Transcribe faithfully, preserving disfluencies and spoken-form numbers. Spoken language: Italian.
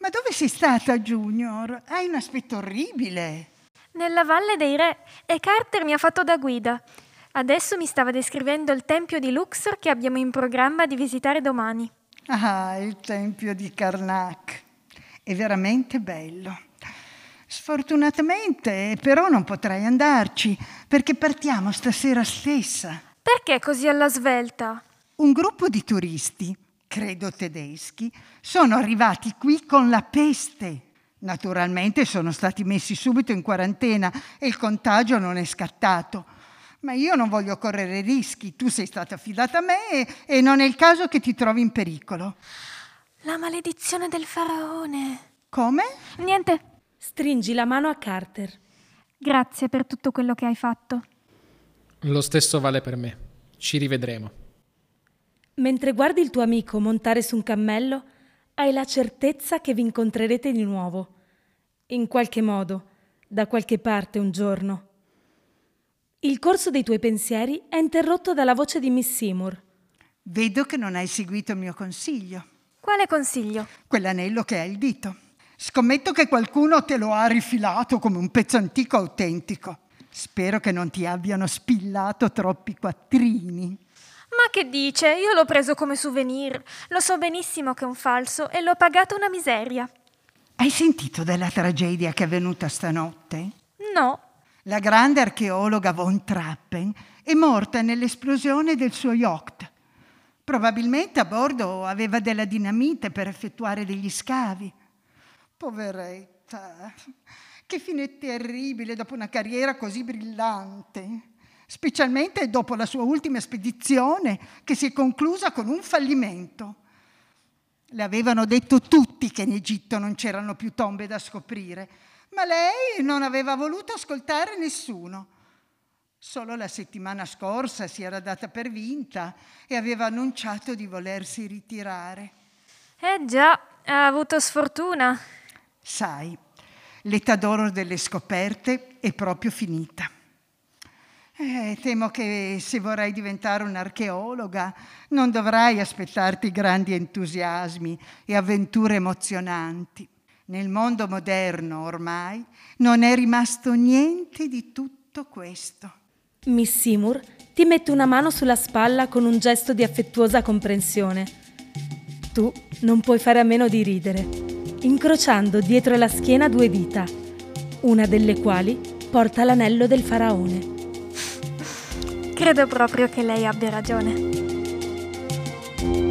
Ma dove sei stata, Junior? Hai un aspetto orribile. Nella Valle dei Re, e Carter mi ha fatto da guida. Adesso mi stava descrivendo il tempio di Luxor che abbiamo in programma di visitare domani. Ah, il tempio di Karnak. È veramente bello. Sfortunatamente, però, non potrai andarci, perché partiamo stasera stessa. Perché così alla svelta? Un gruppo di turisti, credo tedeschi, sono arrivati qui con la peste. Naturalmente sono stati messi subito in quarantena e il contagio non è scattato. Ma io non voglio correre rischi. Tu sei stata affidata a me e, e non è il caso che ti trovi in pericolo. La maledizione del faraone. Come? Niente. Stringi la mano a Carter. Grazie per tutto quello che hai fatto. Lo stesso vale per me. Ci rivedremo. Mentre guardi il tuo amico montare su un cammello, hai la certezza che vi incontrerete di nuovo. In qualche modo, da qualche parte un giorno. Il corso dei tuoi pensieri è interrotto dalla voce di Miss Seymour. Vedo che non hai seguito il mio consiglio. Quale consiglio? Quell'anello che hai al dito. Scommetto che qualcuno te lo ha rifilato come un pezzo antico autentico. Spero che non ti abbiano spillato troppi quattrini. Ma che dice? Io l'ho preso come souvenir. Lo so benissimo che è un falso e l'ho pagato una miseria. Hai sentito della tragedia che è avvenuta stanotte? No. La grande archeologa von Trappen è morta nell'esplosione del suo yacht. Probabilmente a bordo aveva della dinamite per effettuare degli scavi. Poveretta, che fine terribile dopo una carriera così brillante, specialmente dopo la sua ultima spedizione che si è conclusa con un fallimento. Le avevano detto tutti che in Egitto non c'erano più tombe da scoprire, ma lei non aveva voluto ascoltare nessuno. Solo la settimana scorsa si era data per vinta e aveva annunciato di volersi ritirare. Eh già, ha avuto sfortuna. Sai, l'età d'oro delle scoperte è proprio finita. Eh, temo che se vorrai diventare un'archeologa non dovrai aspettarti grandi entusiasmi e avventure emozionanti. Nel mondo moderno ormai non è rimasto niente di tutto questo. Miss Seymour ti mette una mano sulla spalla con un gesto di affettuosa comprensione. Tu non puoi fare a meno di ridere, incrociando dietro la schiena due dita, una delle quali porta l'anello del faraone. Credo proprio che lei abbia ragione.